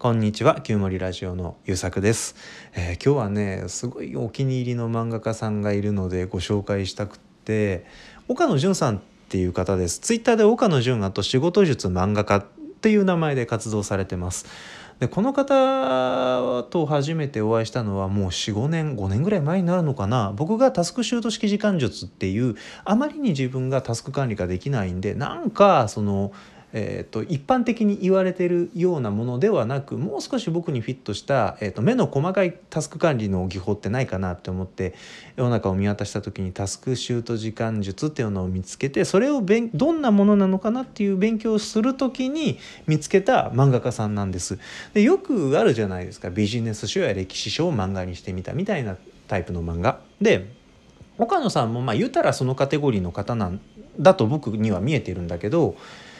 こんにちは、旧森ラジオのゆうさくです。今日はね、すごいお気に入りの漫画家さんがいるのでご紹介したくって、岡野純さんっていう方です。ツイッターで岡野純仕事術漫画家っていう名前で活動されてます。で、この方と初めてお会いしたのはもう4、5年、5年ぐらい前になるのかな。僕がタスクシュート式時間術っていう、あまりに自分がタスク管理ができないんで、なんか一般的に言われているようなものではなく、もう少し僕にフィットした、目の細かいタスク管理の技法ってないかなって思って世の中を見渡した時にタスクシュート時間術っていうのを見つけて、それをどんなものなのかなっていう勉強をする時に見つけた漫画家さんなんです。で、よくあるじゃないですか、ビジネス書や歴史書を漫画にしてみたみたいなタイプの漫画で、岡野さんも言うたらそのカテゴリーの方なんだと僕には見えてるんだけど、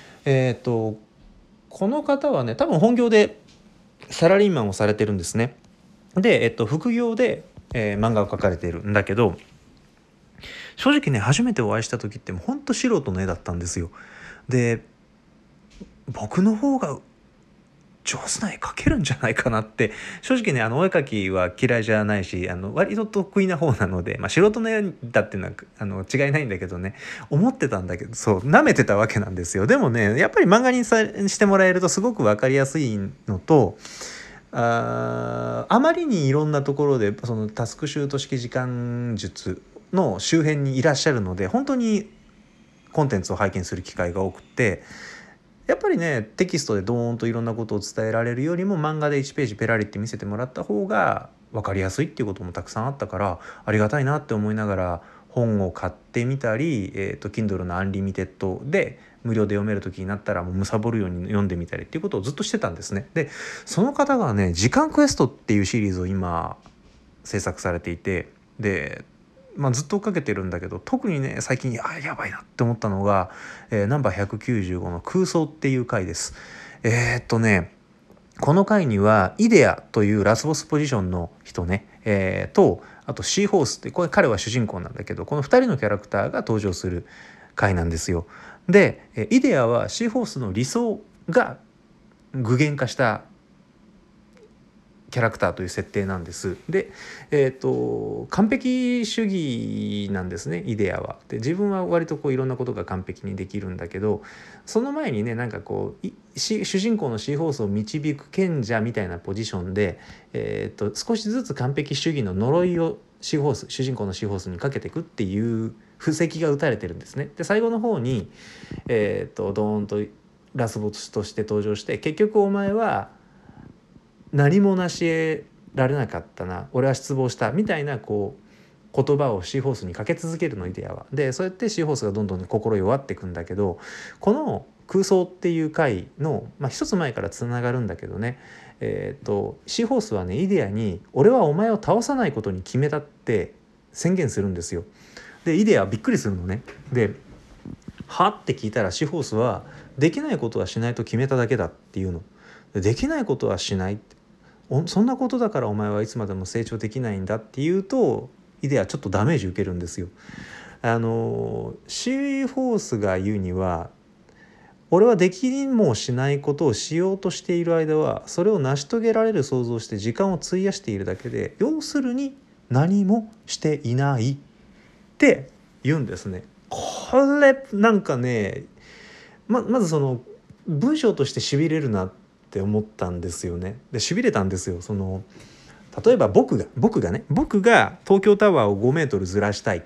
この方はね、多分本業でサラリーマンをされてるんですね。で、副業で、漫画を描かれているんだけど、正直ね、初めてお会いした時ってほんと素人の絵だったんですよ。で、僕の方が上手な絵描けるんじゃないかなって、正直ね、お絵描きは嫌いじゃないし、割と得意な方なので、素人の絵だっていうのは違いないんだけどね、思ってたんだけど、そう舐めてたわけなんですよ。でもね、やっぱり漫画にしてもらえるとすごく分かりやすいのと、あまりにいろんなところでそのタスクシュート式時間術の周辺にいらっしゃるので、本当にコンテンツを拝見する機会が多くて、やっぱりね、テキストでドーンといろんなことを伝えられるよりも漫画で1ページペラリって見せてもらった方が分かりやすいっていうこともたくさんあったから、ありがたいなって思いながら本を買ってみたり、Kindle のアンリミテッドで無料で読める時になったらもう貪るように読んでみたりっていうことをずっとしてたんですね。で、その方がね、時間クエストっていうシリーズを今制作されていて、でずっと追っかけてるんだけど、特にね最近やばいなって思ったのが、ナンバー195の空想っていう回です。この回にはイデアというラスボスポジションの人ね、あとシーホースって、これ彼は主人公なんだけど、この2人のキャラクターが登場する回なんですよ。で、イデアはシーホースの理想が具現化したキャラクターという設定なんです。で、完璧主義なんですね、イデアは。で、自分は割といろんなことが完璧にできるんだけど、その前にね、主人公のシーホースを導く賢者みたいなポジションで、少しずつ完璧主義の呪いを主人公のシーホースにかけていくっていう布石が打たれてるんですね。で、最後の方に、ドーンとラスボスとして登場して、結局お前は何も成し得られなかったな、俺は失望したみたいな言葉をシーホースにかけ続けるの、イデアは。で、そうやってシーホースがどんどん心弱っていくんだけど、この空想っていう回の、一つ前からつながるんだけどね、シーホースはね、イデアに俺はお前を倒さないことに決めたって宣言するんですよ。で、イデアはびっくりするのね。で、はって聞いたらシーホースは、できないことはしないと決めただけだっていうの。できないことはしないって、そんなことだからお前はいつまでも成長できないんだって言うと、イデアちょっとダメージ受けるんですよ。シーフォースが言うには、俺はできもしないことをしようとしている間はそれを成し遂げられる想像をして時間を費やしているだけで、要するに何もしていないって言うんですね。これなんかね、まずその文章としてしびれるなって思ったんですよね。で、しびれたんですよ。例えば僕が東京タワーを5メートルずらしたい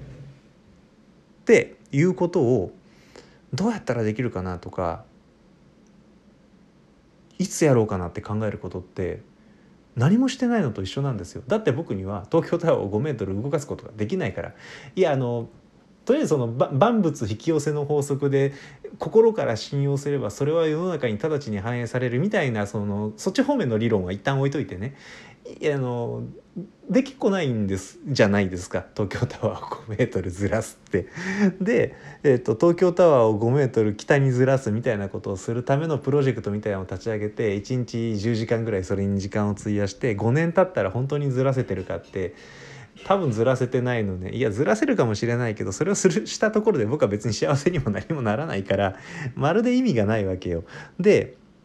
っていうことをどうやったらできるかなとか、いつやろうかなって考えることって何もしてないのと一緒なんですよ。だって僕には東京タワーを5メートル動かすことができないから。いや、とりあえず万物引き寄せの法則で心から信用すればそれは世の中に直ちに反映されるみたいな、そっち方面の理論は一旦置いといてね、できっこないんですじゃないですか、東京タワーを5メートルずらすって。で、東京タワーを5メートル北にずらすみたいなことをするためのプロジェクトみたいなのを立ち上げて、1日10時間ぐらいそれに時間を費やして、5年経ったら本当にずらせてるかって、多分ずらせてないのね。いや、ずらせるかもしれないけど、それをしたところで僕は別に幸せにも何もならないから、まるで意味がないわけよ。で、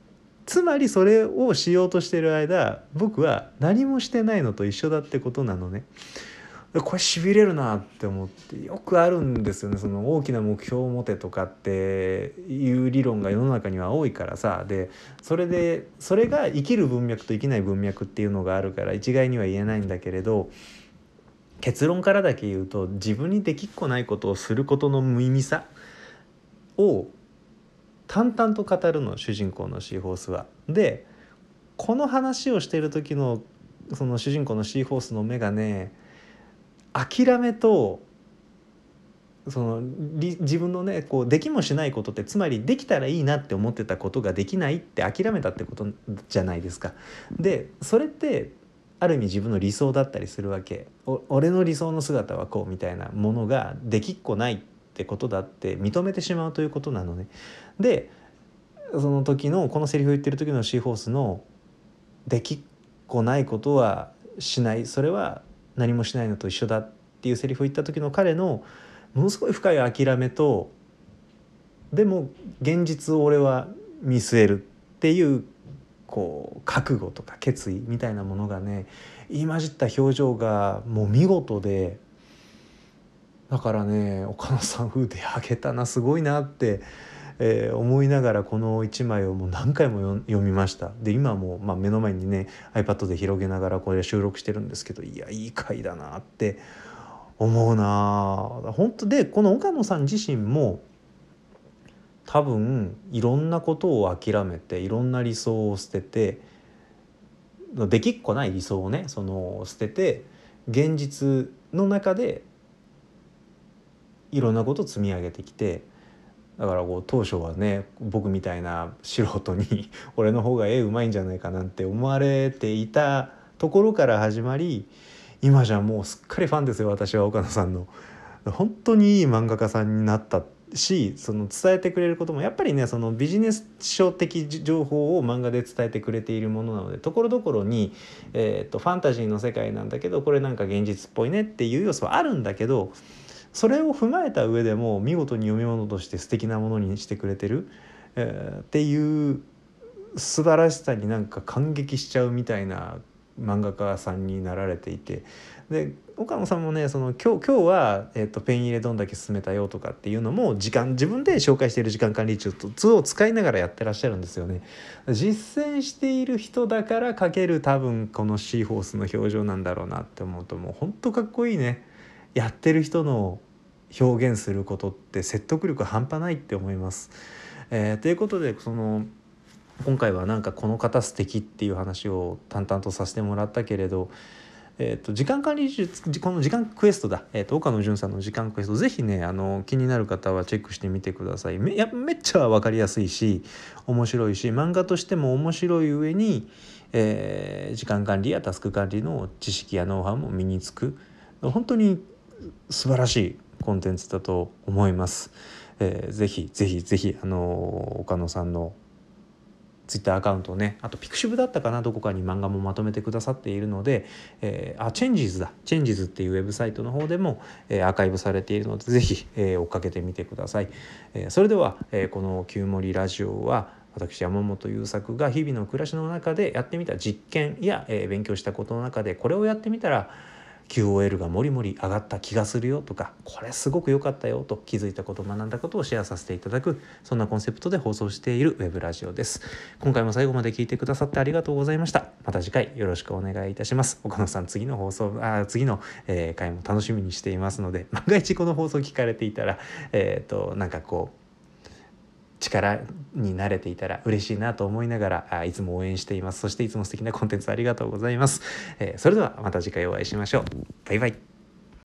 つまりそれをしようとしてる間僕は何もしてないのと一緒だってことなのね。これしびれるなって思って、よくあるんですよね。その大きな目標を持てとかっていう理論が世の中には多いからさ。でそれが生きる文脈と生きない文脈っていうのがあるから一概には言えないんだけれど、結論からだけ言うと、自分にできっこないことをすることの無意味さを淡々と語るの、主人公のシーホースは。でこの話をしている時のその主人公のシーホースの目がね、諦めとその自分のねこうできもしないことって、つまりできたらいいなって思ってたことができないって諦めたってことじゃないですか。でそれってある意味自分の理想だったりするわけ。俺の理想の姿はこうみたいなものができっこないってことだって認めてしまうということなのね。でその時のこのセリフを言ってる時のシーホースのできっこないことはしない、それは何もしないのと一緒だっていうセリフを言った時の彼のものすごい深い諦めと、でも現実を俺は見据えるっていうこう覚悟とか決意みたいなものがね入り混じった表情がもう見事で、だからね岡野さん腕上げたな、すごいなって、思いながらこの一枚をもう何回も読みました。で今も目の前にね iPad で広げながらこれ収録してるんですけど、いやいい回だなって思うな。本当でこの岡野さん自身も多分いろんなことを諦めていろんな理想を捨てて、できっこない理想をね捨てて現実の中でいろんなことを積み上げてきて、だからこう当初はね僕みたいな素人に俺の方が絵うまいんじゃないかなんて思われていたところから始まり、今じゃもうすっかりファンですよ私は岡野さんの。本当にいい漫画家さんになったし、その伝えてくれることもやっぱりねそのビジネス書的情報を漫画で伝えてくれているものなので、ところどころに、ファンタジーの世界なんだけどこれなんか現実っぽいねっていう要素はあるんだけど、それを踏まえた上でも見事に読み物として素敵なものにしてくれてる、っていう素晴らしさになんか感激しちゃうみたいな漫画家さんになられていて、で岡野さんもね今日は、ペン入れどんだけ進めたよとかっていうのも自分で紹介している時間管理ツを使いながらやってらっしゃるんですよね。実践している人だから描ける多分このシーホースの表情なんだろうなって思うと、もう本当かっこいいね。やってる人の表現することって説得力半端ないって思います。ということで今回はなんかこの方素敵っていう話を淡々とさせてもらったけれど、時間管理術、この時間クエストだ、岡野純さんの時間クエスト、ぜひね気になる方はチェックしてみてください。めっちゃ分かりやすいし面白いし、漫画としても面白い上に、時間管理やタスク管理の知識やノウハウも身につく本当に素晴らしいコンテンツだと思います。ぜひ岡野さんのツイッターアカウントをね、あとピクシブだったかな、どこかに漫画もまとめてくださっているので、チェンジーズっていうウェブサイトの方でも、アーカイブされているのでぜひ、追っかけてみてください。それでは、この旧森ラジオは私山本優作が日々の暮らしの中でやってみた実験や、勉強したことの中でこれをやってみたらQOL がもりもり上がった気がするよとか、これすごく良かったよと気づいたこと学んだことをシェアさせていただく、そんなコンセプトで放送しているウェブラジオです。今回も最後まで聞いてくださってありがとうございました。また次回よろしくお願いいたします。岡野さん次の回も楽しみにしていますので、万が一この放送聞かれていたらなんかこう力になれていたら嬉しいなと思いながらいつも応援しています。そしていつも素敵なコンテンツありがとうございます。それではまた次回お会いしましょう。バイバイ。